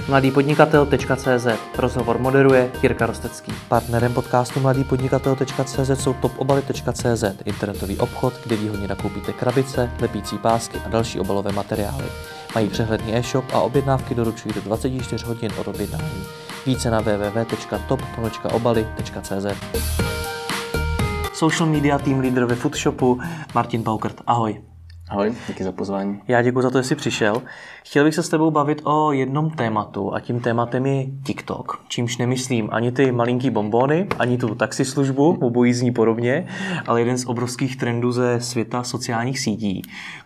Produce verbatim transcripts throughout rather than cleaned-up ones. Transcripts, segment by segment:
mladý podnikatel tečka cé zet. Rozhovor moderuje Jirka Rostecký. Partnerem podcastu mladý podnikatel tečka cé zet jsou top obaly tečka cé zet, internetový obchod, kde výhodně nakoupíte krabice, lepící pásky a další obalové materiály. Mají přehledný e-shop a objednávky doručují do dvacet čtyři hodin od objednání. Více na w w w tečka top obaly tečka cé zet. Social media team leader ve Foodshopu Martin Paukert. Ahoj. Ahoj, díky za pozvání. Já děkuji za to, že jsi přišel. Chtěl bych se s tebou bavit o jednom tématu a tím tématem je TikTok, čímž nemyslím ani ty malinký bonbony, ani tu taxislužbu, obojí zní podobně, ale jeden z obrovských trendů ze světa sociálních sítí.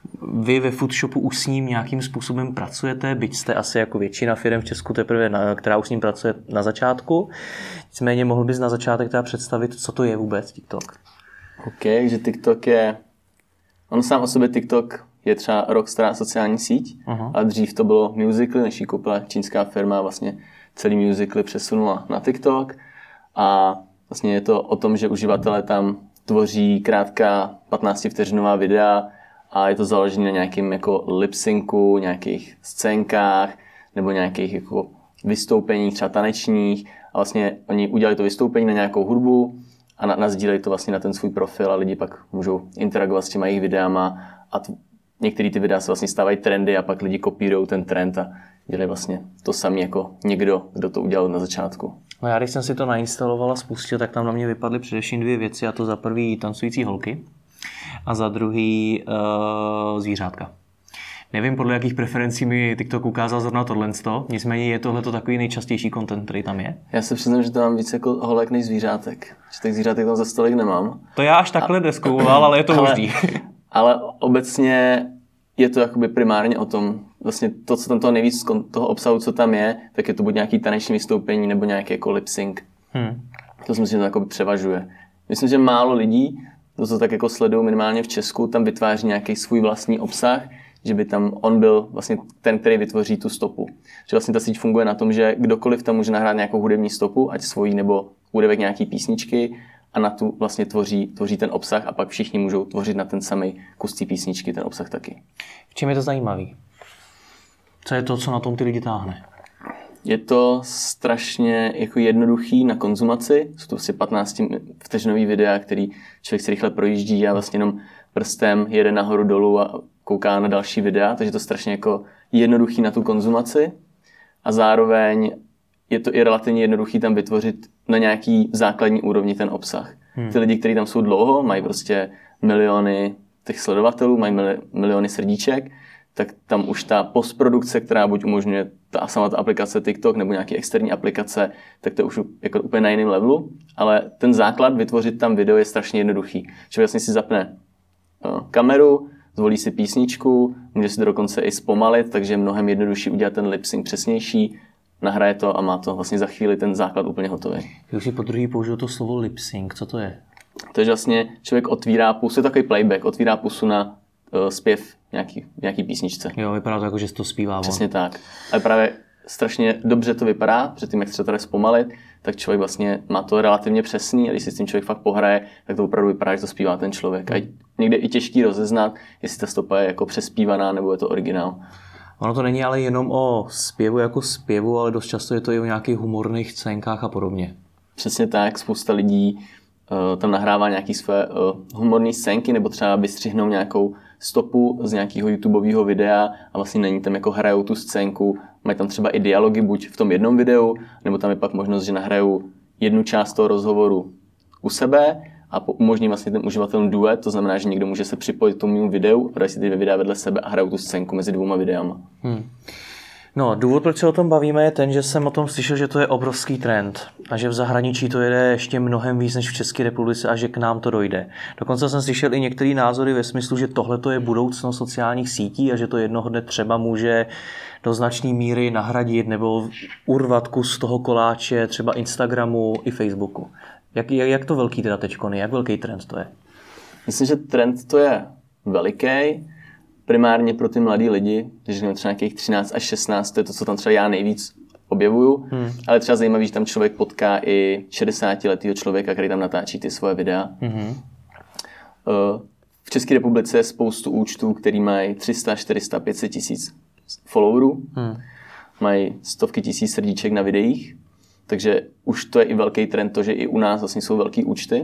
Vy ve Foodshopu už s ním nějakým způsobem pracujete, byť jste asi jako většina firm v Česku teprve, na, která už s ním pracuje na začátku. Nicméně mohl bys na začátek teda představit, co to je vůbec TikTok? OK, že TikTok je... On sám o sobě TikTok je třeba rok stará sociální síť, uh-huh. a dřív to bylo Musical.ly, než ji koupila čínská firma, vlastně celý Musical.ly přesunula na TikTok a vlastně je to o tom, že uživatelé tam tvoří krátká patnáctivteřinová videa a je to založené na nějakým jako lip-syncu, nějakých scénkách nebo nějakých jako vystoupeních, třeba tanečních a vlastně oni udělali to vystoupení na nějakou hudbu a na, nazdílejí to vlastně na ten svůj profil a lidi pak můžou interagovat s těma jejich videama a t- některé ty videa se vlastně stávají trendy a pak lidi kopírujou ten trend a dělají vlastně to samé jako někdo, kdo to udělal na začátku. No já když jsem si to nainstaloval a spustil, tak tam na mě vypadly především dvě věci, a to za prvý tancující holky a za druhý uh, zvířátka. Nevím, podle jakých preferencí mi TikTok ukázal zrovna tohle, nicméně je tohleto takový nejčastější content, který tam je. Já se přiznám, že to mám víc jako holek než zvířátek. Že těch zvířátek tam za stolik nemám. To já až takhle deskouval, ale je to možný. Ale obecně je to jakoby primárně o tom, vlastně to, co tam toho nejvíc z toho obsahu, co tam je, tak je to buď nějaký taneční vystoupení nebo nějaký jako lip-sync. Hmm. To si myslím, že to jakoby převažuje. Myslím, že málo lidí, to co tak jako sledují minimálně v Česku, tam vytváří nějaký svůj vlastní obsah, že by tam on byl vlastně ten, který vytvoří tu stopu. Že vlastně ta síť funguje na tom, že kdokoliv tam může nahrát nějakou hudební stopu, ať svojí nebo úryvek nějaký písničky a na tu vlastně tvoří, tvoří ten obsah a pak všichni můžou tvořit na ten samý kus té písničky ten obsah taky. V čem je to zajímavý? Co je to, co na tom ty lidi táhne? Je to strašně jako jednoduchý na konzumaci. Jsou to vlastně patnáctivteřinový videa, který člověk si rychle projíždí a vlastně jenom prstem jede nahoru dolů a kouká na další videa, takže to strašně jako jednoduchý na tu konzumaci a zároveň je to i relativně jednoduchý tam vytvořit na nějaký základní úrovni ten obsah. Hmm. Ty lidi, kteří tam jsou dlouho, mají prostě miliony těch sledovatelů, mají miliony srdíček, tak tam už ta postprodukce, která buď umožňuje ta sama ta aplikace TikTok nebo nějaký externí aplikace, tak to je už jako úplně na jiném levelu, ale ten základ vytvořit tam video je strašně jednoduchý. Člověk vlastně si zapne kameru, zvolí si písničku, může si to dokonce i zpomalit, takže je mnohem jednodušší udělat ten lip-sync přesnější, nahraje to a má to vlastně za chvíli ten základ úplně hotový. Když si po druhý použil to slovo lip-sync, co to je? To je, že vlastně člověk otvírá pusu, je takový playback, otvírá pusu na uh, zpěv nějaký, nějaký písničce. Jo, vypadá to jako, že to zpívá. Přesně on. Tak. Ale právě strašně dobře to vypadá, předtím, jak se to tady zpomalit, tak člověk vlastně má to relativně přesný a když si s tím člověk fakt pohraje, tak to opravdu vypadá, že to zpívá ten člověk. A někde i těžký rozeznat, jestli ta stopa je jako přespívaná nebo je to originál. Ono to není ale jenom o zpěvu jako zpěvu, ale dost často je to i o nějakých humorných scénkách a podobně. Přesně tak, spousta lidí uh, tam nahrává nějaké své uh, humorné scénky nebo třeba vystřihnou nějakou stopu z nějakého YouTubeového videa a vlastně není tam jako hrajou tu scénku, mají tam třeba i dialogy buď v tom jednom videu, nebo tam je pak možnost, že nahrajou jednu část toho rozhovoru u sebe a umožní vlastně ten uživatelům duet, to znamená, že někdo může se připojit k tomu videu, dají si ty videa vedle sebe a hrajou tu scénku mezi dvouma videama. Hmm. No, důvod, proč se o tom bavíme, je ten, že jsem o tom slyšel, že to je obrovský trend a že v zahraničí to jede ještě mnohem víc než v České republice a že k nám to dojde. Dokonce jsem slyšel i některé názory ve smyslu, že tohle to je budoucnost sociálních sítí a že to jednoho dne třeba může do značné míry nahradit nebo urvat kus toho koláče třeba Instagramu i Facebooku. Jak, jak to velký teda teďko je? Jak velký trend to je? Myslím, že trend to je veliký. Primárně pro ty mladý lidi, když mám třeba nějakých třináct až šestnáct, to je to, co tam třeba já nejvíc objevuju, hmm. ale třeba zajímavý, že tam člověk potká i šedesátiletého člověka, který tam natáčí ty svoje videa. Hmm. V České republice je spoustu účtů, který mají tři sta, čtyři sta, pět set tisíc followerů. Hmm. mají stovky tisíc srdíček na videích, takže už to je i velký trend, to, že i u nás vlastně jsou velký účty.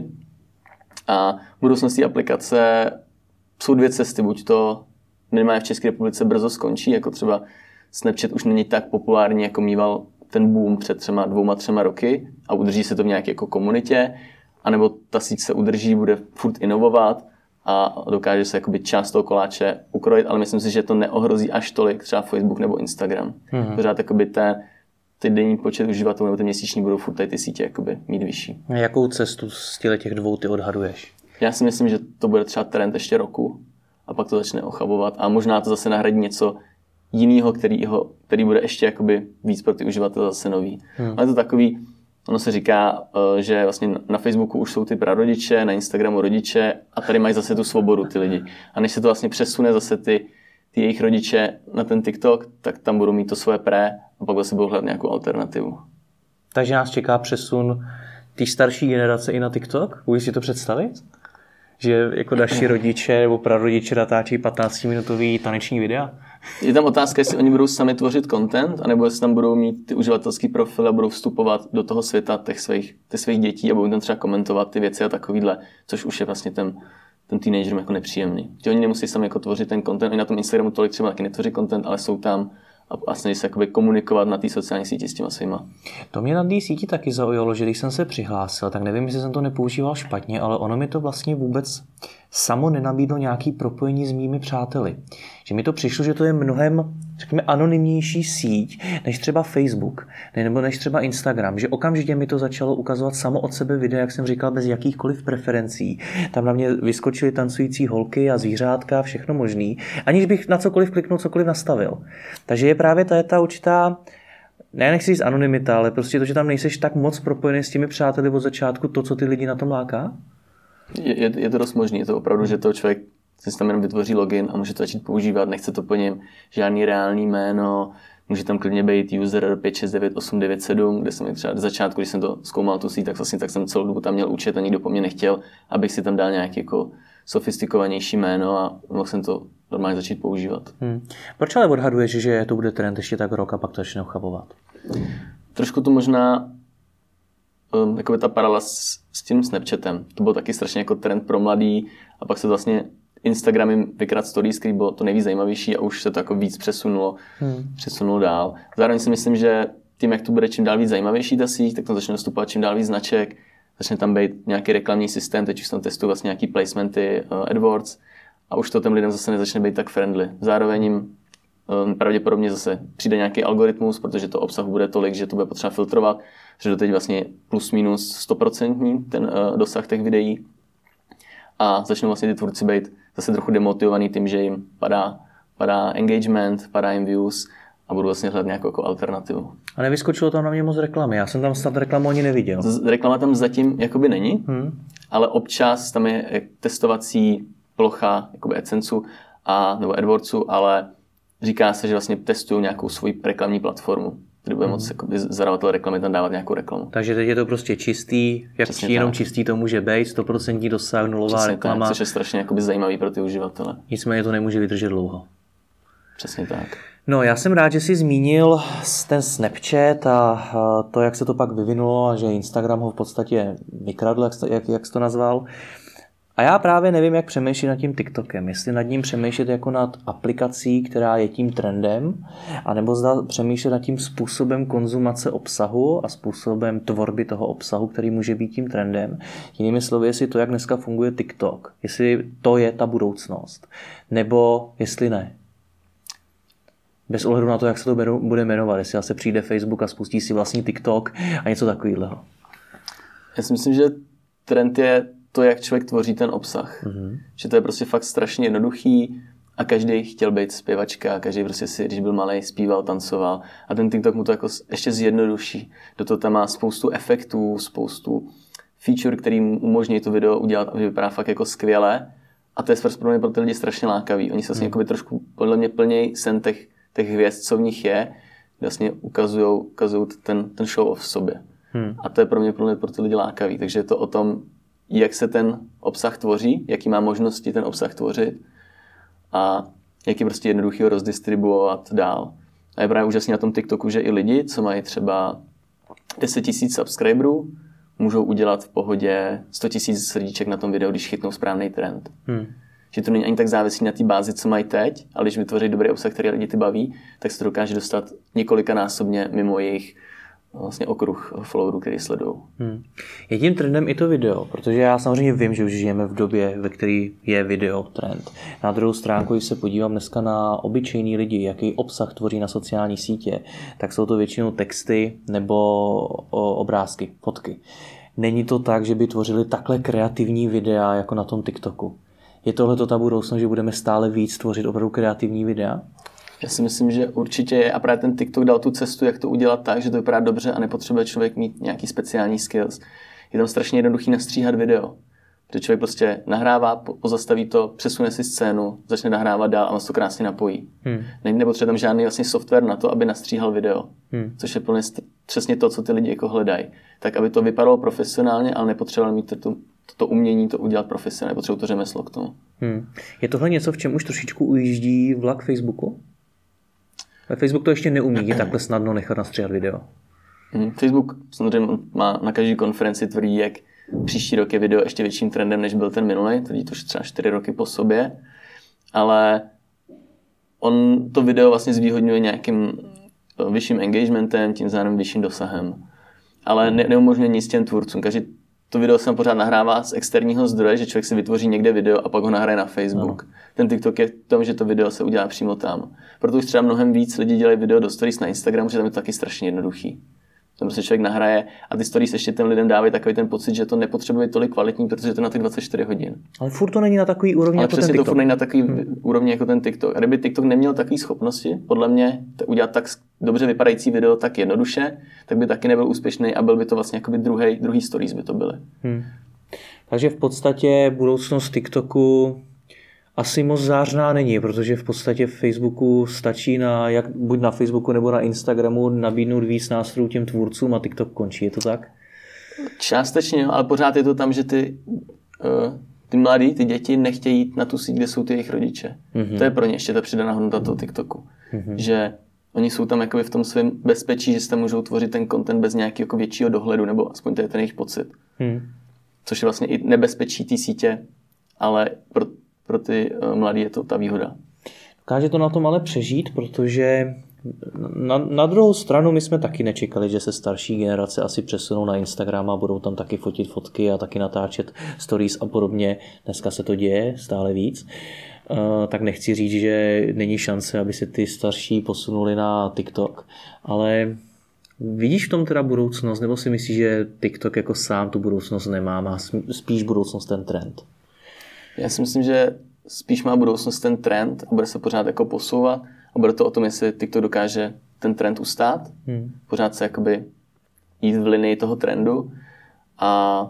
A v budoucnosti aplikace jsou dvě cesty, buď to minimálně v České republice brzo skončí, jako třeba Snapchat už není tak populární, jako mýval ten boom před třema, dvouma, třema roky a udrží se to v nějaké jako komunitě, anebo ta síť se udrží, bude furt inovovat a dokáže se jakoby část toho koláče ukrojit, ale myslím si, že to neohrozí až tolik třeba Facebook nebo Instagram. Mm-hmm. Pořád jakoby té, ty denní počet uživatelů nebo ty měsíční budou furt tady ty sítě jakoby mít vyšší. A jakou cestu z těch dvou ty odhaduješ? Já si myslím, že to bude třeba trend ještě roku a pak to začne ochabovat a možná to zase nahradí něco jinýho, který, ho, který bude ještě jakoby víc pro ty uživatele zase nový. Hmm. Ale je to takový, ono se říká, že vlastně na Facebooku už jsou ty prarodiče, na Instagramu rodiče a tady mají zase tu svobodu ty lidi. A než se to vlastně přesune zase ty, ty jejich rodiče na ten TikTok, tak tam budou mít to svoje pré a pak zase budou hledat nějakou alternativu. Takže nás čeká přesun té starší generace i na TikTok? Můžeš si to představit? Že jako naši rodiče nebo prarodiče natáčí patnáctiminutový taneční videa? Je tam otázka, jestli oni budou sami tvořit content, anebo jestli tam budou mít ty uživatelský profily a budou vstupovat do toho světa těch svých, těch svých dětí a budou tam třeba komentovat ty věci a takovýhle, což už je vlastně ten, ten teenagerům jako nepříjemný. Že oni nemusí sami jako tvořit ten content, oni na tom Instagramu tolik třeba taky netvoří content, ale jsou tam a vlastně se jakoby komunikovat na té sociální síti s těma svýma. To mě na té síti taky zaujalo, že když jsem se přihlásil, tak nevím, jestli jsem to nepoužíval špatně, ale ono mi to vlastně vůbec samo nenabídlo nějaký propojení s mými přáteli. Že mi to přišlo, že to je mnohem, řekněme, anonymnější síť, než třeba Facebook, nebo než třeba Instagram, že okamžitě mi to začalo ukazovat samo od sebe videa, jak jsem říkal, bez jakýchkoliv preferencí. Tam na mě vyskočily tancující holky a zvířátka, všechno možný, aniž bych na cokoliv kliknul, cokoliv nastavil. Takže je právě ta, ta určitá, ne, nechci říct anonymita, ale prostě to, že tam nejseš tak moc propojený s těmi přáteli od začátku, to, co ty lidi na tom láká? Je, je, je to dost možný, je to opravdu, že to člověk si tam jenom vytvoří login a může to začít používat, nechce to po něm žádný reálný jméno, může tam klidně být user pět šest devět osm devět sedm, kde jsem třeba od začátku, když jsem to zkoumal tu síť, tak vlastně tak jsem celou dobu tam měl účet a nikdo po mně nechtěl, abych si tam dal nějaký jako sofistikovanější jméno a mohl jsem to normálně začít používat. Hmm. Proč ale odhaduješ, že to bude trend ještě tak rok a pak to začne ochabovat? Trošku to možná um, jako ta paralela s, s tím Snapchatem. To byl taky strašně jako trend pro mladý a pak se vlastně Instagram jim vykrat stories, který bylo to nejvíc zajímavější a už se to jako víc přesunulo, hmm. přesunulo dál. Zároveň si myslím, že tím, jak to bude čím dál víc zajímavější ta síť, tak to začne dostupovat čím dál víc značek, začne tam být nějaký reklamní systém, teď už tam testují vlastně nějaký placementy, uh, AdWords a už to těm lidem zase nezačne být tak friendly. Zároveň jim um, pravděpodobně zase přijde nějaký algoritmus, protože to obsahu bude tolik, že to bude potřeba filtrovat, že doteď vlastně plus minus sto procent ten uh, dosah těch videí a začnou vlastně ty tvůrci být zase trochu demotivovaný tím, že jim padá, padá engagement, padá jim views a budou vlastně hledat nějakou jako alternativu. A nevyskočilo tam na mě moc reklamy, já jsem tam snad reklamu ani neviděl. Z, reklama tam zatím jakoby není, hmm. ale občas tam je testovací plocha jakoby AdSenseu a, nebo AdWordsu, ale říká se, že vlastně testují nějakou svoji reklamní platformu, kde bude hmm. moct jakoby zadavatel reklamy tam dávat nějakou reklamu. Takže teď je to prostě čistý, jak Přesně jenom tak. čistý to může být, sto procent dosah, nulová Přesně reklama. Tak, což je strašně jakoby zajímavý pro ty uživatele. Nicméně to nemůže vydržet dlouho. Přesně tak. No, já jsem rád, že jsi zmínil ten Snapchat a to, jak se to pak vyvinulo a že Instagram ho v podstatě vykradl, jak, jak, jak jsi to nazval. A já právě nevím, jak přemýšlet nad tím TikTokem. Jestli nad ním přemýšlet jako nad aplikací, která je tím trendem, anebo zda přemýšlet nad tím způsobem konzumace obsahu a způsobem tvorby toho obsahu, který může být tím trendem. Jinými slovy, jestli to, jak dneska funguje TikTok, jestli to je ta budoucnost, nebo jestli ne. Bez ohledu na to, jak se to bude jmenovat, jestli se přijde Facebook a spustí si vlastní TikTok a něco takového. Já si myslím, že trend je to, jak člověk tvoří ten obsah. Mm-hmm. Že to je prostě fakt strašně jednoduchý a každý chtěl být zpěvačka, každý prostě si, když byl malej, zpíval, tancoval a ten TikTok mu to jako ještě zjednoduší. Do toho tam má spoustu efektů, spoustu feature, který mu umožní to video udělat a vypadá fakt jako skvěle a to je pro mě pro ty lidi strašně lákavý. Oni se vlastně mm. trošku podle mě plnějí sen těch, těch hvězd, co v nich je, vlastně ukazujou, ukazujou ten, ten show off v sobě. Mm. A to je pro mě, pro mě pro ty lidi lákavý. Takže je to o tom, jak se ten obsah tvoří, jaký má možnosti ten obsah tvořit a jak je prostě jednoduchý ho rozdistribuovat dál. A je právě úžasný na tom TikToku, že i lidi, co mají třeba deset tisíc subscriberů, můžou udělat v pohodě sto tisíc srdíček na tom videu, když chytnou správný trend. Hmm. Že to není ani tak závislý na té bázi, co mají teď, ale když vytvoří dobrý obsah, který lidi ty baví, tak se to dokáže dostat několikanásobně mimo jejich vlastně okruh followerů, který sledují. Hmm. Je tím trendem i to video, protože já samozřejmě vím, že už žijeme v době, ve které je video trend. Na druhou stránku, když se podívám dneska na obyčejní lidi, jaký obsah tvoří na sociální sítě, tak jsou to většinou texty nebo obrázky, fotky. Není to tak, že by tvořili takhle kreativní videa jako na tom TikToku. Je tohleto ta budoucnost, že budeme stále víc tvořit opravdu kreativní videa? Já si myslím, že určitě je a právě ten TikTok dal tu cestu, jak to udělat tak, že to vypadá dobře a nepotřebuje člověk mít nějaký speciální skills. Je tam strašně jednoduchý nastříhat video. Protože člověk prostě nahrává, pozastaví to, přesune si scénu, začne nahrávat dál a on to krásně napojí. Hmm. Nepotřebuje tam žádný vlastně software na to, aby nastříhal video. Hmm. Což je plně přesně to, co ty lidi jako hledají. Tak, aby to vypadalo profesionálně, ale nepotřeboval mít to, to umění to udělat profesionálně, nepotřeboval to řemeslo k tomu. Hmm. Je tohle něco, v čem už trošičku ujíždí vlak Facebooku? Facebook to ještě neumí je takhle snadno nechat nastříhat video. Hmm. Facebook samozřejmě má na každé konferenci tvrdí, jak příští rok je video ještě větším trendem, než byl ten minulý, tvrdí to už třeba čtyři roky po sobě, ale on to video vlastně zvýhodňuje nějakým vyšším engagementem, tím zároveň vyšším dosahem. Ale ne, neumožňuje nic těm tvůrcům. Každý to video se pořád nahrává z externího zdroje, že člověk si vytvoří někde video a pak ho nahraje na Facebook. No. Ten TikTok je v tom, že to video se udělá přímo tam. Proto už třeba mnohem víc lidí dělají video do stories na Instagramu, že tam je to taky strašně jednoduchý. Tam prostě člověk nahraje a ty stories ještě těm lidem dávají takový ten pocit, že to nepotřebuje tolik kvalitní, protože to je na těch dvacet čtyři hodin. Ale furt to není na takový úrovni Ale jako ten TikTok. Ale přesně to furt není na takový hmm. úrovni jako ten TikTok. A kdyby TikTok neměl takové schopnosti, podle mě, udělat tak dobře vypadající video tak jednoduše, tak by taky nebyl úspěšný a byl by to vlastně jakoby druhý, druhý stories by to byly. Hmm. Takže v podstatě budoucnost TikToku asi moc zářná není, protože v podstatě v Facebooku stačí na, jak, buď na Facebooku nebo na Instagramu nabídnout víc nástrojů těm tvůrcům a TikTok končí. Je to tak? Částečně, ale pořád je to tam, že ty, uh, ty mladí, ty děti nechtějí jít na tu síť, kde jsou ty jejich rodiče. Mm-hmm. To je pro ně ještě ta přidaná hodnota toho TikToku. Mm-hmm. Že oni jsou tam jakoby v tom svém bezpečí, že si tam můžou tvořit ten content bez nějakého jako většího dohledu, nebo aspoň to je ten jejich pocit. Mm. Což je vlastně i nebezpečí té sítě, ale pro Pro ty uh, mladí je to ta výhoda. Dokáže to na tom ale přežít, protože na, na druhou stranu my jsme taky nečekali, že se starší generace asi přesunou na Instagram a budou tam taky fotit fotky a taky natáčet stories a podobně. Dneska se to děje stále víc. Uh, tak nechci říct, že není šance, aby se ty starší posunuli na TikTok, ale vidíš v tom teda budoucnost, nebo si myslíš, že TikTok jako sám tu budoucnost nemá, má spíš budoucnost ten trend? Já si myslím, že spíš má budoucnost ten trend a bude se pořád jako posouvat a bude to o tom, jestli TikTok dokáže ten trend ustát, hmm. pořád se jakoby jít v linii toho trendu a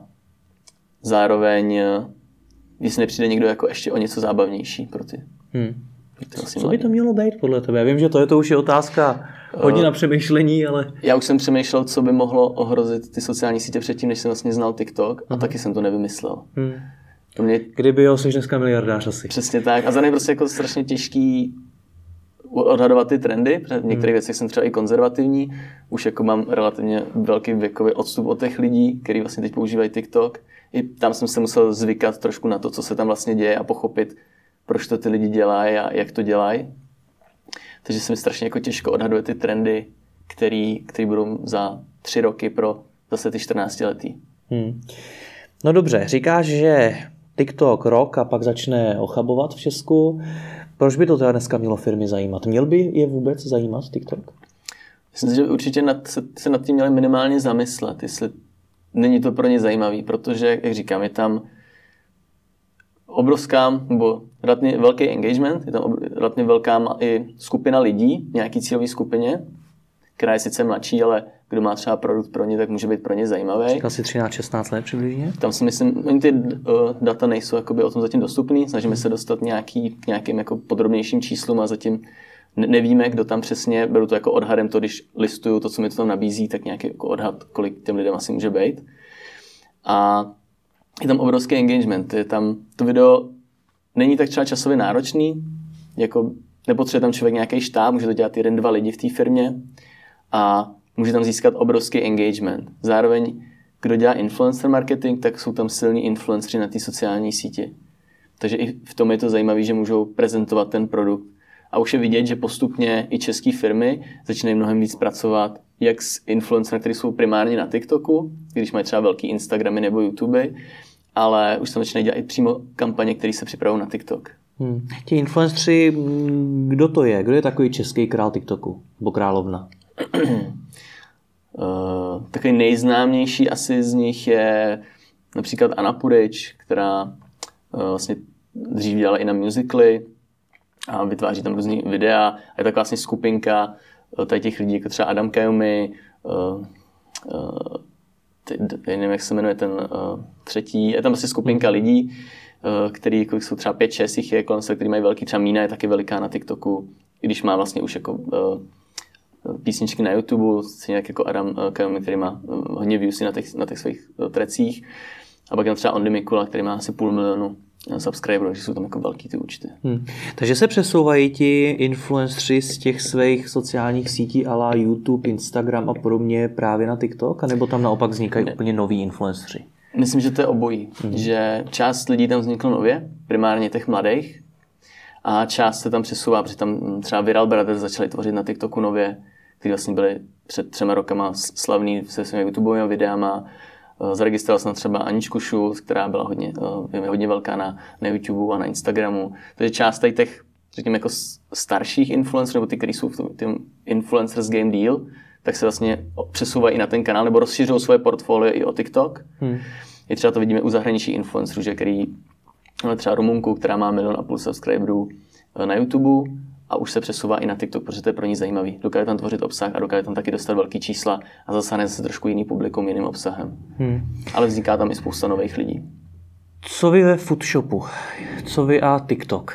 zároveň jestli nepřijde někdo jako ještě o něco zábavnější pro ty. Hmm. Co, co by to mělo být podle tebe? Já vím, že to je to už je otázka hodně na přemýšlení, ale... Já už jsem přemýšlel, co by mohlo ohrozit ty sociální sítě předtím, než jsem vlastně znal TikTok a hmm. taky jsem to nevymyslel. Hmm. Mě... Kdyby jo, jsi dneska miliardář asi. Přesně tak. A za mě prostě jako strašně těžký odhadovat ty trendy, protože v některých hmm. věcech jsem třeba i konzervativní. Už jako mám relativně velký věkový odstup od těch lidí, kteří vlastně teď používají TikTok. I tam jsem se musel zvykat trošku na to, co se tam vlastně děje a pochopit, proč to ty lidi dělají a jak to dělají. Takže se mi strašně jako těžko odhaduje ty trendy, který, který budou za tři roky pro zase ty čtrnáctiletí. Hmm. No dobře, říkáš, že TikTok rok a pak začne ochabovat v Česku. Proč by to teda dneska mělo firmy zajímat? Měl by je vůbec zajímat TikTok? Myslím si, že určitě nad, se, se nad tím měli minimálně zamyslet, jestli není to pro ně zajímavý, protože, jak říkám, je tam obrovská, nebo relativně velký engagement, je tam relativně velká i skupina lidí, nějaký cílový skupině, která je sice mladší, ale kdo má třeba produkt pro ně, tak může být pro ně zajímavý. Říkal si třináct šestnáct let přibližně? Tam si myslím, oni ty uh, data nejsou jakoby o tom zatím dostupný, snažíme se dostat nějaký, k nějakým jako podrobnějším číslům a zatím nevíme, kdo tam přesně, beru to jako odhadem, to když listuju to, co mi to tam nabízí, tak nějaký jako odhad, kolik těm lidem asi může být. A je tam obrovský engagement, je tam, to video není tak třeba časově náročný, jako nepotřebuje tam člověk nějaký štáb, může to dělat jeden, dva lidi v té firmě a může tam získat obrovský engagement. Zároveň, kdo dělá influencer marketing, tak jsou tam silní influenceri na té sociální síti. Takže i v tom je to zajímavé, že můžou prezentovat ten produkt. A už je vidět, že postupně i české firmy začínají mnohem víc pracovat jak s influencery, kteří jsou primárně na TikToku, když mají třeba velký Instagramy nebo YouTube, ale už tam začínají dělat i přímo kampaně, které se připravují na TikTok. Hmm. Ti influenceri, kdo to je? Kdo je takový český král TikToku? Nebo královna? Uh, takový nejznámější asi z nich je například Anna Purič, která uh, vlastně dřív dělala i na musically a vytváří tam různý videa. A je taková vlastně skupinka uh, tady těch lidí, jako třeba Adam Kajumi, uh, uh, ty, nevím, jak se jmenuje ten uh, třetí. Je tam vlastně skupinka lidí, uh, který jako jsou třeba pět, šest jich je kolem se, který mají velký. Třeba Mína je taky veliká na TikToku, i když má vlastně už jako uh, písničky na YouTube, nějak jako Adam Kajumi, který má hodně viewsy na těch, na těch svých trecích. A pak je třeba Ondy Mikula, který má asi půl milionu subscriberů, takže jsou tam jako velký ty účty. Hmm. Takže se přesouvají ti influenceri z těch svých sociálních sítí a la YouTube, Instagram a podobně právě na TikTok? A nebo tam naopak vznikají ne. úplně noví influenceri? Myslím, že to je obojí. Hmm. Že část lidí tam vzniklo nově, primárně těch mladých, a část se tam přesouvá, protože tam třeba Viral Brothers začali tvořit na TikToku nově, kteří vlastně byli před třema rokama slavní se svými YouTubeovými videama. Zaregistroval jsem třeba Aničku Šulc, která byla hodně, hodně velká na, na YouTube a na Instagramu. Takže část tady těch, řekněme, jako starších influencerů, nebo ty, kteří jsou v tom Influencers Game Deal, tak se vlastně přesouvají i na ten kanál, nebo rozšiřují svoje portfolio i o TikTok. Hmm. I třeba to vidíme u zahraničí influencerů, že který třeba Rumunku, která má milion a půl subscriberů na YouTube a už se přesouvá i na TikTok, protože to je pro ní zajímavý. Dokáže tam tvořit obsah a dokáže tam taky dostat velký čísla a zasáhne se trošku jiný publikum, jiným obsahem. Hmm. Ale vzniká tam i spousta nových lidí. Co vy ve Foodshopu? Co vy a TikTok?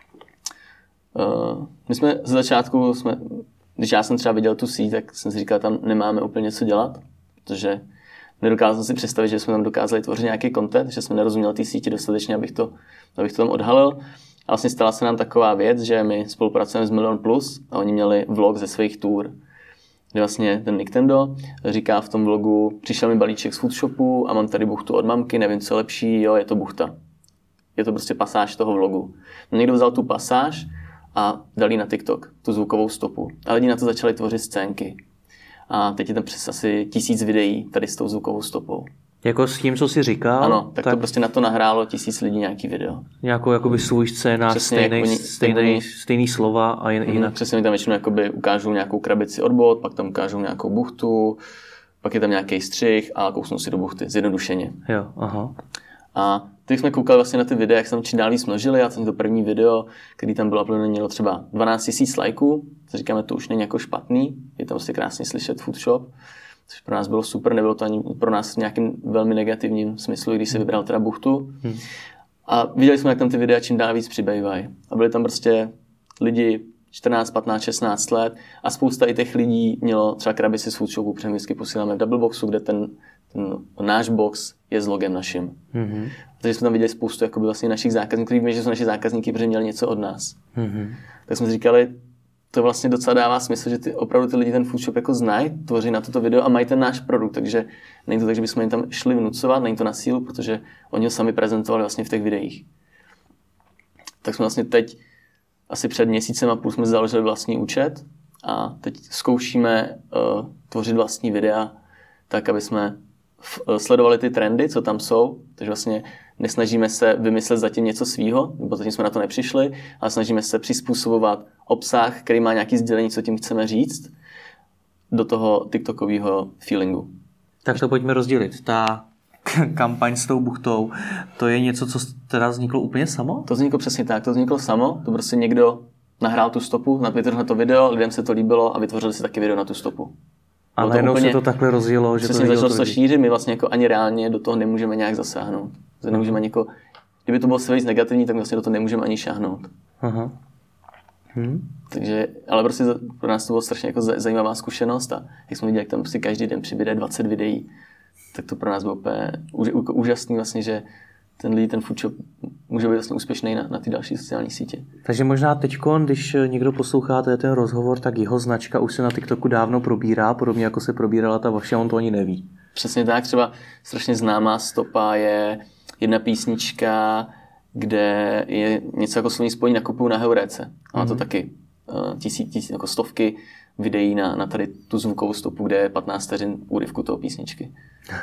Uh, my jsme ze začátku, jsme, když já jsem třeba viděl tu síť, tak jsem si říkal, tam nemáme úplně co dělat, protože nedokázal jsem si představit, že jsme tam dokázali tvořit nějaký content, že jsme nerozuměli té síti dostatečně, abych to, abych to tam odhalil. A vlastně stala se nám taková věc, že my spolupracujeme s Milion Plus a oni měli vlog ze svých tour, kde vlastně ten Nintendo říká v tom vlogu, přišel mi balíček z Foodshopu a mám tady buchtu od mamky, nevím, co je lepší, jo, je to buchta. Je to prostě pasáž toho vlogu. No, někdo vzal tu pasáž a dal ji na TikTok, tu zvukovou stopu. A lidi na to začali tvořit scénky. A teď je tam přes asi tisíc videí tady s tou zvukovou stopou. Jako s tím, co jsi říkal? Ano, tak, tak to prostě na to nahrálo tisíc lidí nějaký video. Nějakou jakoby svůj scénář, stejný, jak oni, stejný, oni, stejný slova a jen, mm, jinak. Přesně, oni tam většinou jakoby ukážou nějakou krabici od bot, pak tam ukážou nějakou buchtu, pak je tam nějaký střih a kousnou si do buchty, zjednodušeně. Jo, aha. A teď jsme koukali vlastně na ty videa, jak se tam čím dál víc množili. Já jsem to první video, který tam bylo uploadované, mělo třeba dvanáct tisíc lajků. Co říkáme, to už není jako špatný. Je tam vlastně krásně slyšet Foodshop, což pro nás bylo super. Nebylo to ani pro nás v nějakým velmi negativním smyslu, když se vybral teda buchtu. Hmm. A viděli jsme, jak tam ty videa čím dál víc přibývají. A byli tam prostě lidi čtrnáct, patnáct, šestnáct let a spousta i těch lidí mělo třeba krabici z Foodshopu, protože my vždycky posíláme v doubleboxu, kde ten, ten náš box je s logem naším. Mm-hmm. Takže jsme tam viděli spoustu jakoby vlastně našich zákazníků, kteří víme, že jsou naši zákazníky, protože měli něco od nás. Mm-hmm. Tak jsme si říkali, to vlastně docela dává smysl, že ty, opravdu ty lidi ten Foodshop jako znají, tvoří na toto video a mají ten náš produkt, takže není to tak, že bychom jim tam šli vnucovat, není to na sílu, protože oni ho sami prezentovali vlastně v těch videích. Tak jsme vlastně teď asi před měsícem a půl jsme založili vlastní účet a teď zkoušíme uh, tvořit vlastní videa tak, aby jsme f- uh, sledovali ty trendy, co tam jsou. Takže vlastně nesnažíme se vymyslet zatím něco svýho, nebo zatím jsme na to nepřišli, ale snažíme se přizpůsobovat obsah, který má nějaký sdělení, co tím chceme říct, do toho TikTokového feelingu. Tak to pojďme rozdělit. Ta kampaň s tou buchtou, to je něco, co teda vzniklo úplně samo? To vzniklo přesně tak, to vzniklo samo, to prostě někdo nahrál tu stopu, vytvořil na to video, lidem se to líbilo a vytvořili si taky video na tu stopu. A najednou se to takhle rozjelo, že přesně to začalo to šířit, my vlastně jako ani reálně do toho nemůžeme nějak zasáhnout. Hmm. Nemůžeme ani jako, kdyby to bylo se víc negativní, tak vlastně do toho nemůžeme ani šáhnout. Aha. Hmm. Takže, ale prostě pro nás to bylo strašně jako zajímavá zkušenost a jak jsme viděli, jak tam prostě každý den přibude dvacet videí, tak to pro nás bylo úplně úžasný vlastně, že ten lidi ten Foodshop může být vlastně úspěšný na, na ty další sociální sítě. Takže možná teďko, když někdo poslouchá ten rozhovor, tak jeho značka už se na TikToku dávno probírá, podobně jako se probírala ta vaše, on to ani neví. Přesně tak, třeba strašně známá stopa je jedna písnička, kde je něco jako slovní spojení nakupuju na Heuréce. A má to mm-hmm. taky uh, tisíc, tisíc, jako stovky videí na, na tady tu zvukovou stopu, kde je patnáct vteřin úryvku toho písničky.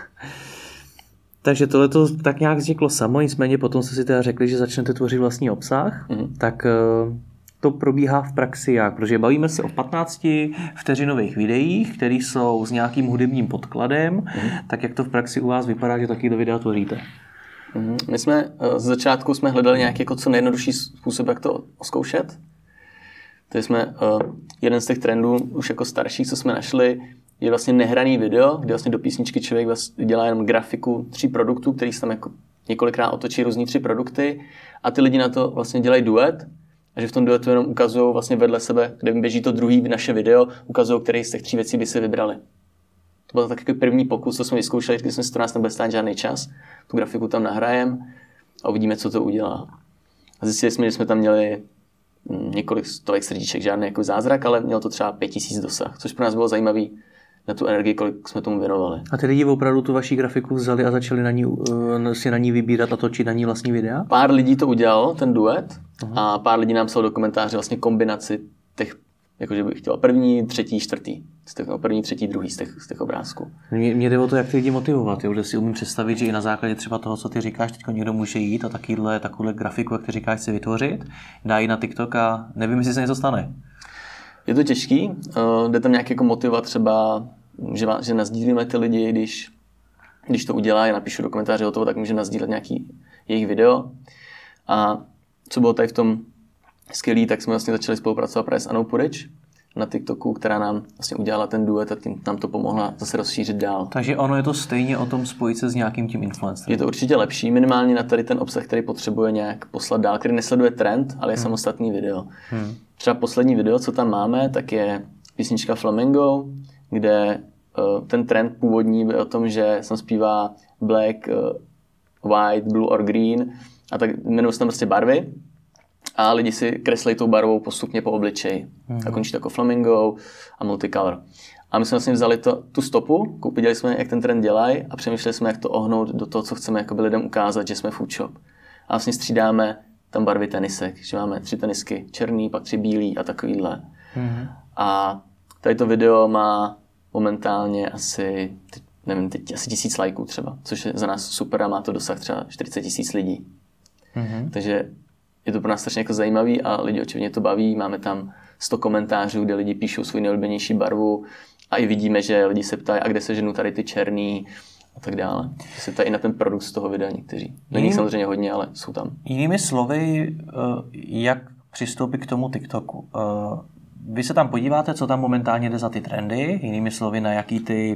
Takže tohle to tak nějak vzniklo samo, nicméně potom jste si teda řekli, že začnete tvořit vlastní obsah, mm-hmm. tak uh, to probíhá v praxi jak? Protože bavíme se o patnácti vteřinových videích, které jsou s nějakým hudebním podkladem, mm-hmm. tak jak to v praxi u vás vypadá, že taky do videa tvoříte? Mm-hmm. My jsme z začátku jsme hledali nějaký jako co nejjednodušší způsob, jak to oskoušet. Takže jsme uh, jeden z těch trendů už jako starších, co jsme našli, je vlastně nehraný video, kde vlastně do písničky člověk vlastně dělá jenom grafiku tří produktů, který se tam jako několikrát otočí různý tři produkty a ty lidi na to vlastně dělají duet a že v tom duetu jenom ukazují vlastně vedle sebe, kde běží to druhý naše video, ukazují, který z těch tří věcí by si vybrali. To byl tak jako první pokus, co jsme vyzkoušeli, když jsme si to nás nebude stát žádný čas. Tu grafiku tam nahrajeme a uvidíme, co to udělá. A zjistili jsme, že jsme tam měli několik stovek srdíček, žádný jako zázrak, ale mělo to třeba pět tisíc dosah, což pro nás bylo zajímavý na tu energii, kolik jsme tomu věnovali. A ty lidi opravdu tu vaši grafiku vzali a začali na ní, si na ní vybírat a točit na ní vlastní videa? Pár lidí to udělalo, ten duet, uh-huh. a pár lidí nám psalo do komentáře vlastně kombinaci těch, jakože bych chtěl první, třetí, čtvrtý. Z těch, no, první, třetí, druhý z těch, z těch obrázků. Mě, mě jde o to, jak ty lidi motivovat, jo? Že si umím představit, že i na základě třeba toho, co ty říkáš, teď někdo může jít a takovýhle, takovouhle grafiku, jak ty říkáš, si vytvořit, dá ji na TikTok a nevím, jestli se něco stane. Je to těžký, uh, jde tam nějak jako motivovat třeba, že, že nazdílíme ty lidi, když, když to udělá, já napíšu do komentáře hotovo, tak může nazdílet nějaký jejich video. A co bylo tady v tom skvělý, tak jsme vlastně začali spolupracovat právě s Anou Purič na TikToku, která nám vlastně udělala ten duet a tím nám to pomohla zase rozšířit dál. Takže ono je to stejně o tom spojit se s nějakým tím influencerem. Je to určitě lepší, minimálně na tady ten obsah, který potřebuje nějak poslat dál, který nesleduje trend, ale je hmm. samostatný video. Hmm. Třeba poslední video, co tam máme, tak je písnička Flamingo, kde uh, ten trend původní byl o tom, že jsem zpívá black, uh, white, blue or green a tak jmenují se tam prostě barvy. A lidi si kreslí tou barvou postupně po obličeji. Mm-hmm. A končí to jako flamingo a multicolor. A my jsme vlastně vzali to, tu stopu, viděli jsme, jak ten trend dělají a přemýšleli jsme, jak to ohnout do toho, co chceme jakoby lidem ukázat, že jsme food shop. A vlastně střídáme tam barvy tenisek, že máme tři tenisky černý, pak tři bílý a takovýhle. Mm-hmm. A tady to video má momentálně asi, teď, nevím, teď asi tisíc lajků třeba, což je za nás super a má to dosah třeba čtyřicet tisíc lidí. Mm-hmm. Takže je to pro nás strašně jako zajímavý a lidi očividně to baví. Máme tam sto komentářů, kde lidi píšou svou nejoblíbenější barvu a i vidíme, že lidi se ptají, a kde se ženou tady ty černý a tak dále. Že se ptají i na ten produkt z toho videa někteří. Není samozřejmě hodně, ale jsou tam. Jinými slovy, jak přistoupit k tomu TikToku? Vy se tam podíváte, co tam momentálně jde za ty trendy, jinými slovy, na jaký ty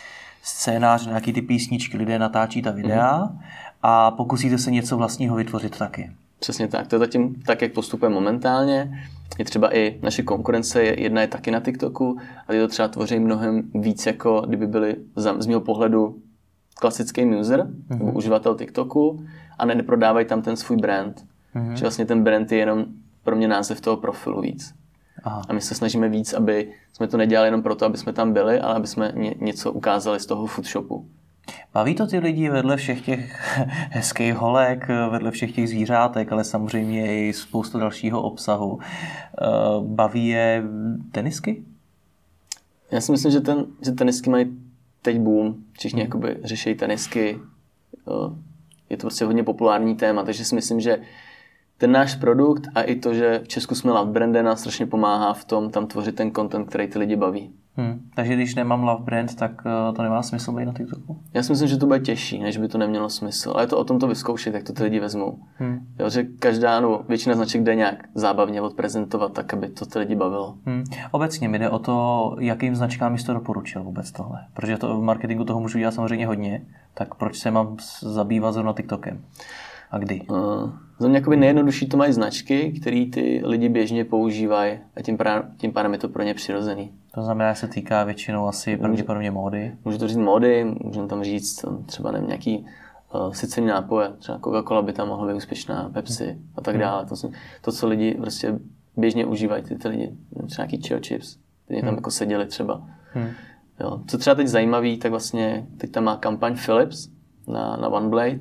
scénář, na jaký ty písničky lidé natáčí ta videa mm-hmm. a pokusíte se něco vlastního vytvořit taky. Přesně tak. To je zatím tak, jak postupuje momentálně. Je třeba i naše konkurence, jedna je taky na TikToku a ty to třeba tvoří mnohem víc, jako kdyby byli z mého pohledu klasický user mm-hmm. nebo uživatel TikToku a ne, neprodávají tam ten svůj brand. Mm-hmm. Že vlastně ten brand je jenom pro mě název toho profilu víc. Aha. A my se snažíme víc, aby jsme to nedělali jenom proto, aby jsme tam byli, ale aby jsme ně, něco ukázali z toho food shopu. Baví to ty lidi vedle všech těch hezkých holek, vedle všech těch zvířátek, ale samozřejmě i spoustu dalšího obsahu. Baví je tenisky? Já si myslím, že, ten, že tenisky mají teď boom. Všichni hmm. jakoby řeší tenisky. Je to prostě hodně populární téma, takže si myslím, že ten náš produkt a i to, že v Česku jsme Love Brandem, nás strašně pomáhá v tom tam tvořit ten content, který ty lidi baví. Hmm. Takže když nemám Love Brand, tak uh, to nemá smysl být na TikToku? Já si myslím, že to bude těžší, než by to nemělo smysl. Ale je to o tom to vyzkoušet, jak to ty lidi vezmou. Hmm. Jo, že každá, no, většina značek jde nějak zábavně odprezentovat, tak, aby to ty lidi bavilo. Hmm. Obecně mi jde o to, jakým značkám jsi to doporučil vůbec tohle. Protože to v marketingu toho můžu dělat samozřejmě hodně, tak proč se mám zabývat zrovna TikTokem? A kdy? Uh, za mě jakoby nejjednodušší to mají značky, které ty lidi běžně používají a tím, prá, tím pádem je to pro ně přirozený. To znamená, že se týká většinou asi pravděpodobně módy. Můžu to říct módy, můžeme tam říct třeba nevím, nějaký uh, sycený nápoje, třeba Coca-Cola by tam mohla být úspěšná, Pepsi a tak dále. To, to co lidi prostě běžně užívají, ty, ty lidi, třeba nějaký chill chips, ty tam hmm. jako seděli třeba. Hmm. Jo. Co třeba teď zajímavý, tak vlastně teď tam má kampaň Philips na, na OneBlade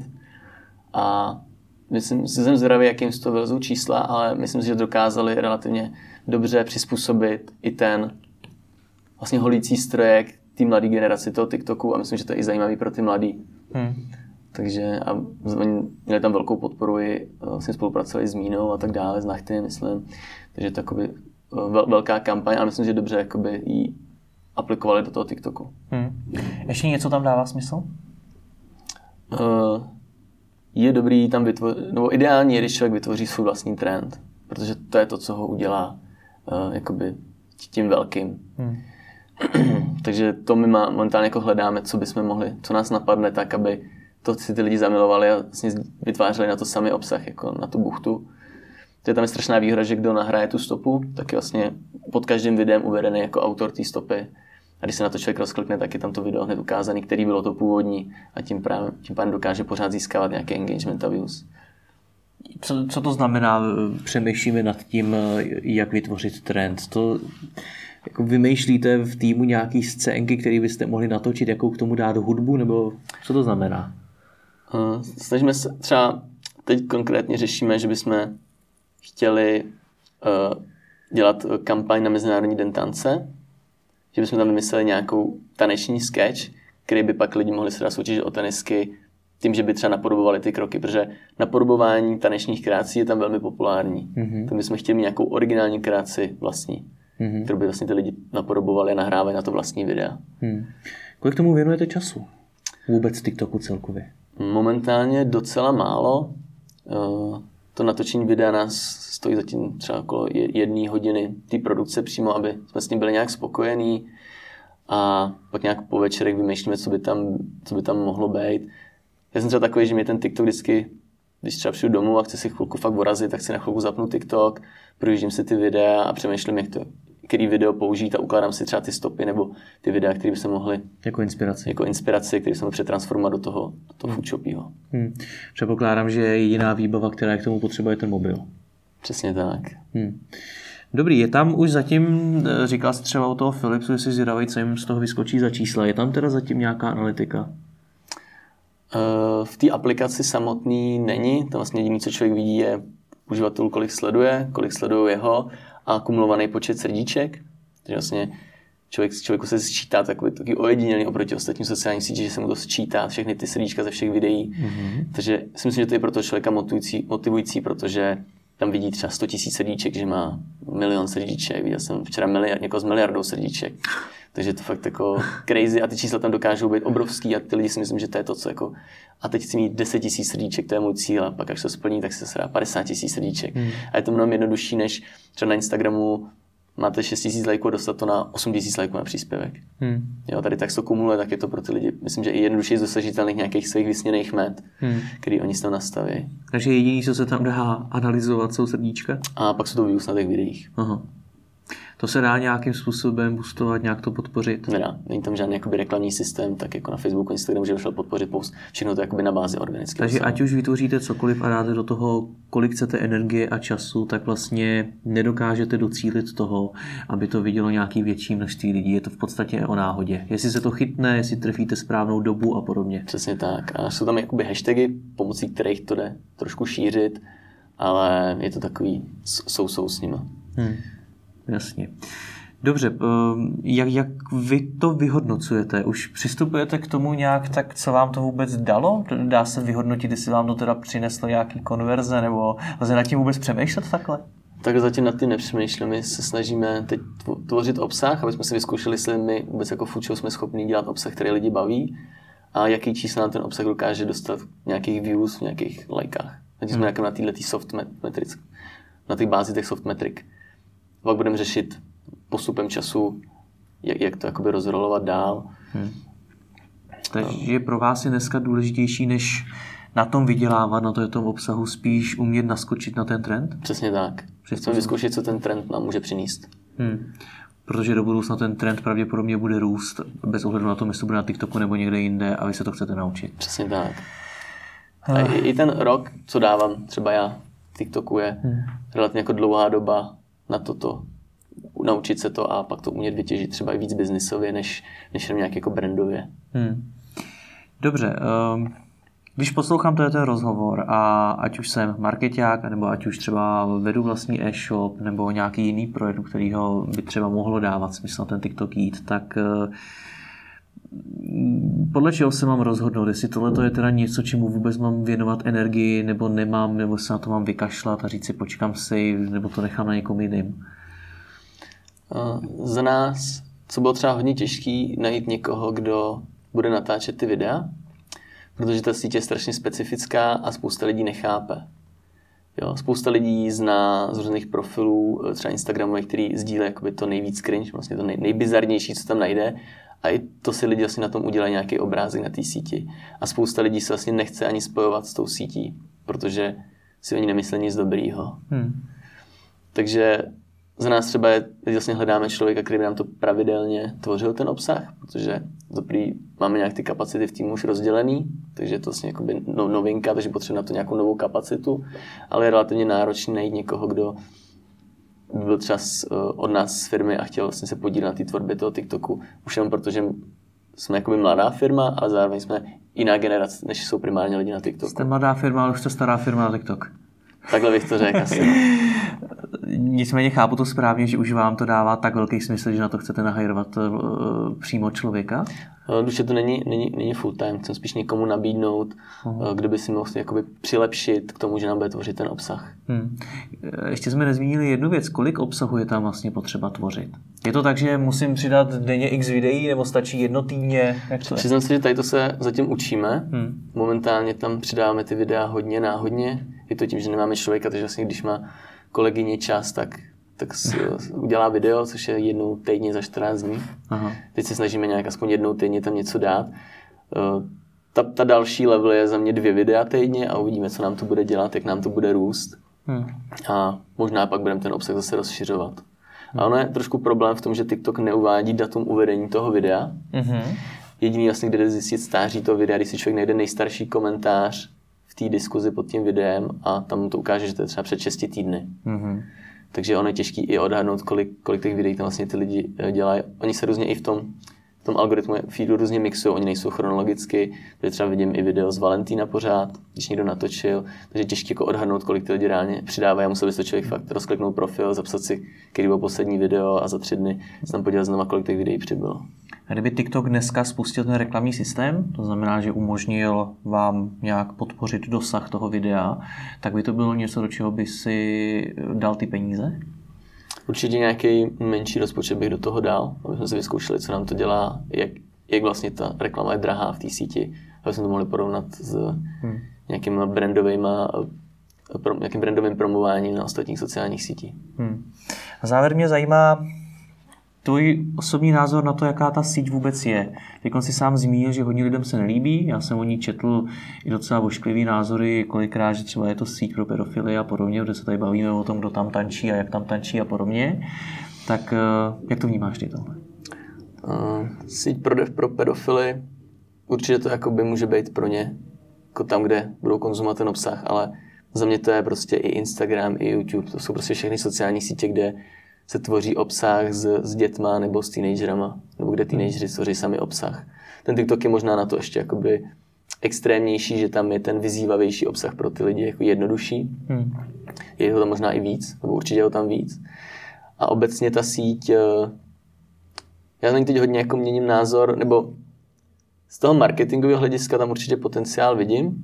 a myslím, že jsem zvědavý, jakým z toho vylezou čísla, ale myslím si, že dokázali relativně dobře přizpůsobit i ten vlastně holící strojek té mladé generaci toho TikToku a myslím, že to je i zajímavý pro ty mladý. Hmm. Takže a oni měli tam velkou podporu i vlastně spolupracovali s Mínou a tak dále, s Nachty, myslím. Takže to je vel, velká kampaň a myslím, že dobře jakoby ji aplikovali do toho TikToku. Hmm. Ještě něco tam dává smysl? Uh, je dobrý tam vytvořit, nebo ideální je, když člověk vytvoří svůj vlastní trend, protože to je to, co ho udělá uh, jakoby tím velkým. Hmm. Takže to my má, momentálně jako hledáme, co bychom mohli, co nás napadne tak, aby to si ty lidi zamilovali a vlastně vytvářeli na to sami obsah, jako na tu buchtu. To je tam je strašná výhoda, že kdo nahraje tu stopu, tak je vlastně pod každým videem uvedený jako autor té stopy. A když se na to člověk rozklikne, tak je tam to video hned ukázaný, který bylo to původní a tím, právě, tím pádem dokáže pořád získávat nějaké engagement a views. Co, co to znamená? Přemýšlíme nad tím, jak vytvořit trend. To jako vymýšlíte v týmu nějaký scénky, které byste mohli natočit, jakou k tomu dát hudbu, nebo co to znamená? Uh, snažíme se třeba, teď konkrétně řešíme, že bychom chtěli uh, dělat kampaň na Mezinárodní den tance, že bychom tam vymysleli nějakou taneční sketch, který by pak lidi mohli se dát soutěžit o tenisky tím, že by třeba napodobovali ty kroky, protože napodobování tanečních kreací je tam velmi populární. Mm-hmm. Tak bychom chtěli mít nějakou originální kreaci vlastní, mm-hmm. kterou by vlastně ty lidi napodobovali a nahrávali na to vlastní videa. Mm. Kolik tomu věnujete času? Vůbec TikToku celkově? Momentálně docela málo. To natočení videa nás stojí zatím třeba okolo jedné hodiny té produkce přímo, aby jsme s ním byli nějak spokojení a pak nějak po večerech vymýšlíme, co by tam, co by tam mohlo být. Já jsem třeba takový, že mě ten TikTok vždycky, když třeba přijdu domů a chci si chvilku fakt vorazit, tak si na chvilku zapnu TikTok, projíždím si ty videa a přemýšlím, jak to, který video použít a ukládám si třeba ty stopy nebo ty videa, které by se mohly jako inspiraci, jako inspiraci, které se mohly přetransformovat do toho, do toho hmm. foodshopího. Hmm. Předpokládám, že jediná výbava, která k tomu potřebuje, je ten mobil. Přesně tak. Hmm. Dobrý, je tam už zatím, říkal jsi třeba o toho Philipsu, jestli zvědavý, co jim z toho vyskočí za čísla, je tam teda zatím nějaká analytika? V té aplikaci samotný není, tam vlastně jediné, co člověk vidí, je uživatel, kolik sleduje, kolik sledují jeho a kumulovaný počet srdíček. Takže vlastně člověk, člověku se sčítá takový, takový ojedinělý oproti ostatním sociálním sítím, že se mu to sčítá všechny ty srdíčka ze všech videí. Mm-hmm. Takže si myslím, že to je pro toho člověka motivující, motivující, protože tam vidí třeba sto tisíc srdíček, že má milion srdíček. Viděl jsem včera miliard, někoho s miliardou srdíček. Takže to fakt jako crazy a ty čísla tam dokážou být obrovský a ty lidi si myslím, že to je to, co jako a teď chci mít deset tisíc srdíček, to je můj cíl a pak až to splní, tak se dá padesát tisíc srdíček. Hmm. A je to mnohem jednodušší, než třeba na Instagramu máte šest tisíc lajků a dostat to na osm tisíc lajků na příspěvek. Hmm. Jo, tady tak se to kumuluje, tak je to pro ty lidi, myslím, že i jednodušší z dosažitelných nějakých svých vysněných met, hmm. který oni si tam nastaví. Takže jediný, co se tam dá analyzovat, jsou srdíčka? A pak jsou to views na těch videích. Aha. To se dá nějakým způsobem boostovat, nějak to podpořit? Nedá. Není tam žádný jakoby reklamní systém, tak jako na Facebooku, Instagramu, že šel podpořit post. Všechno to jakoby na bázi organické. Takže obsahu. Ať už vytvoříte cokoliv a dáte do toho, kolik chcete energie a času, tak vlastně nedokážete docílit toho, aby to vidělo nějaký větší množství lidí. Je to v podstatě o náhodě. Jestli se to chytne, jestli trefíte správnou dobu a podobně. Přesně tak. A jsou tam jakoby hashtagy, pomocí kterých to jde trošku šířit, ale je to takový sou-sou s nima. Hmm. Jasně. Dobře, jak, jak vy to vyhodnocujete? Už přistupujete k tomu nějak tak, co vám to vůbec dalo? Dá se vyhodnotit, jestli vám to teda přineslo nějaký konverze, nebo lze nad tím vůbec přemýšlet takhle? Tak zatím nad tím nepřemýšlíme. My se snažíme teď tvořit obsah, aby jsme si vyzkoušeli, jestli my vůbec jako Foodshop jsme schopni dělat obsah, který lidi baví a jaký čísla na ten obsah dokáže dostat v nějakých views, v nějakých lajkách. Teď jsme hmm. na této soft metric, na té bázi těch soft metrik. Pak budeme řešit postupem času, jak, jak to jakoby rozrolovat dál. Hmm. Takže je pro vás je dneska důležitější, než na tom vydělávat, na tom obsahu, spíš umět naskočit na ten trend? Přesně tak. Chceme vyzkoušet, co ten trend nám může přinést. Hmm. Protože do budoucna ten trend pravděpodobně bude růst, bez ohledu na to, jestli to bude na TikToku nebo někde jinde a vy se to chcete naučit. Přesně tak. A i, i ten rok, co dávám, třeba já v TikToku, je hmm. relativně jako dlouhá doba na toto, naučit se to a pak to umět vytěžit třeba i víc biznisově, než, než nějak jako brandově. Hmm. Dobře, um, když poslouchám to je ten rozhovor a ať už jsem markeťák, nebo ať už třeba vedu vlastní e-shop, nebo nějaký jiný projekt, kterýho by třeba mohlo dávat smysl na ten TikTok jít, tak uh, podle čeho se mám rozhodnout, jestli tohle je teda něco, čemu vůbec mám věnovat energii, nebo nemám, nebo se na to mám vykašlat a říct si počkám si, nebo to nechám na někom jiným. Uh, za nás, co bylo třeba hodně těžký, najít někoho, kdo bude natáčet ty videa, protože ta síť je strašně specifická a spousta lidí nechápe. Jo, spousta lidí zná z různých profilů, třeba Instagramových, který sdílí jakoby to nejvíc cringe, vlastně to nej, nejbizarnější, co tam najde. A i to si lidi vlastně na tom udělají nějaký obrázek na té síti. A spousta lidí se vlastně nechce ani spojovat s tou sítí, protože si oni nemyslí nic dobrýho. Hmm. Takže za nás třeba je, vlastně hledáme člověka, který by nám to pravidelně tvořil ten obsah, protože dobrý, máme nějak ty kapacity v týmu už rozdělený, takže je to vlastně jakoby no, novinka, takže potřebujeme na to nějakou novou kapacitu, ale je relativně náročný najít někoho, kdo by byl třeba od nás z firmy a chtěl vlastně se podílet na té tvorbě toho TikToku. Už jenom protože jsme jakoby mladá firma, ale zároveň jsme jiná generace, než jsou primárně lidi na TikToku. Jste mladá firma, ale už jste stará firma na TikTok. Takhle bych to řekl asi. Nicméně chápu to správně, že už vám to dává tak velký smysl, že na to chcete nahajrovat uh, přímo člověka? Duše to není, není, není full time, chcem spíš někomu nabídnout, uh-huh. kdo by si mohl jakoby přilepšit k tomu, že nám bude tvořit ten obsah. Hmm. Ještě jsme nezmínili jednu věc, kolik obsahu je tam vlastně potřeba tvořit? Je to tak, že musím přidat denně x videí, nebo stačí jedno týdně? Přiznám se, že tady to se zatím učíme. Hmm. Momentálně tam přidáváme ty videa hodně náhodně. Je to tím, že nemáme člověka, takže vlastně když má kolegyně čas, tak, tak udělá video, což je jednou týdně za čtrnáct dní. Aha. Teď se snažíme nějak aspoň jednou týdně tam něco dát. Ta, ta další level je za mě dvě videa týdně a uvidíme, co nám to bude dělat, jak nám to bude růst. Hmm. A možná pak budeme ten obsah zase rozšiřovat. Hmm. A ono je trošku problém v tom, že TikTok neuvádí datum uvedení toho videa. Hmm. Jediný vlastně, kde jde zjistit stáří toho videa, když si člověk najde nejstarší komentář v té diskuzi pod tím videem a tam to ukáže, že to je třeba před šesti týdny. Mm-hmm. Takže ono je těžký i odhadnout, kolik, kolik těch videí tam vlastně ty lidi dělají. Oni se různě i v tom, v tom algoritmu feedu různě mixují, oni nejsou chronologicky, takže třeba vidím i video z Valentína pořád, když někdo natočil, takže je těžké jako odhadnout, kolik ty lidi reálně přidávají a musel by se člověk fakt rozkliknout profil, zapsat si, který byl poslední video a za tři dny se tam podívat znova, kolik těch videí přibylo. A kdyby TikTok dneska spustil ten reklamní systém, to znamená, že umožnil vám nějak podpořit dosah toho videa, tak by to bylo něco, do čeho by si dal ty peníze? Určitě nějaký menší rozpočet bych do toho dal, abychom si vyzkoušeli, co nám to dělá, jak, jak vlastně ta reklama je drahá v té síti, aby jsme to mohli porovnat s hmm. nějakým brandovýma, pro, nějakým brandovým promováním na ostatních sociálních sítích. Hmm. A závěr mě zajímá tvůj osobní názor na to, jaká ta síť vůbec je. Teď si sám zmínil, že hodně lidem se nelíbí. Já jsem o ní četl i docela ošklivý názory, kolikrát, že třeba je to síť pro pedofily a podobně, kde se tady bavíme o tom, kdo tam tančí a jak tam tančí a podobně. Tak jak to vnímáš ty tohle? Uh, síť pro, pro pedofily, určitě to jakoby může být pro ně, jako tam, kde budou konzumovat ten obsah, ale za mě to je prostě i Instagram, i YouTube. To jsou prostě všechny sociální sítě, kde se tvoří obsah s, s dětma nebo s teenagerama, nebo kde teenageři tvoří sami obsah. Ten TikTok je možná na to ještě jakoby extrémnější, že tam je ten vyzývavější obsah pro ty lidi jako jednodušší. Hmm. Je ho tam možná i víc, nebo určitě je ho tam víc. A obecně ta síť, já na ní teď hodně jako měním názor, nebo z toho marketingového hlediska tam určitě potenciál vidím,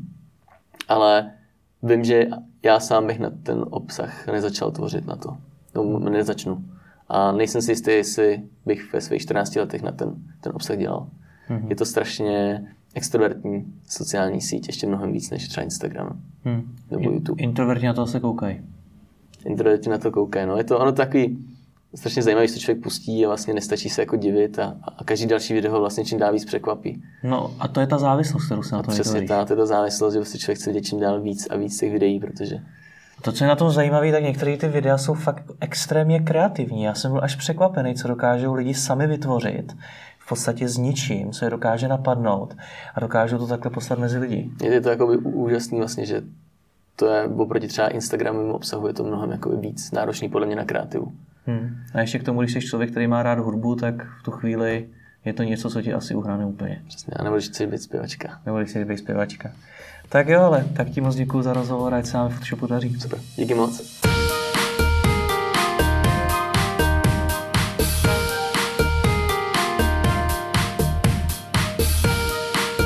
ale vím, že já sám bych na ten obsah nezačal tvořit na to. No, nezačnu. A nejsem si jistý, jestli bych ve svých čtrnácti letech na ten, ten obsah dělal. Mm-hmm. Je to strašně extrovertní sociální síť, ještě mnohem víc než třeba Instagram mm. nebo YouTube. Introverti na to se koukají. Introverti na to koukají, no. Je to ono takový strašně zajímavé, že se člověk pustí a vlastně nestačí se jako divit a, a každý další video vlastně čím dál víc překvapí. No a to je ta závislost, kterou se na to vytvoří. Přesně ta, to je ta závislost, že vlastně člověk chce vidět čím dál víc a víc těch videí, protože to, co je na tom zajímavé, tak některé ty videa jsou fakt extrémně kreativní. Já jsem byl až překvapený, co dokážou lidi sami vytvořit v podstatě s ničím, co je dokáže napadnout a dokážou to takhle poslat mezi lidi. Je to jakoby úžasný vlastně, že to je oproti třeba Instagramovému obsahu je to mnohem jakoby víc náročný podle mě na kreativu. Hmm. A ještě k tomu, když jsi člověk, který má rád hudbu, tak v tu chvíli je to něco, co ti asi uhráne úplně. Přesně, a nebo když chceš být zpěvačka. Nebo když chceš být zpěvačka. Tak jo, ale tak ti moc děkuju za rozhovor, ať se nám v Photoshopu daří. Super, díky moc.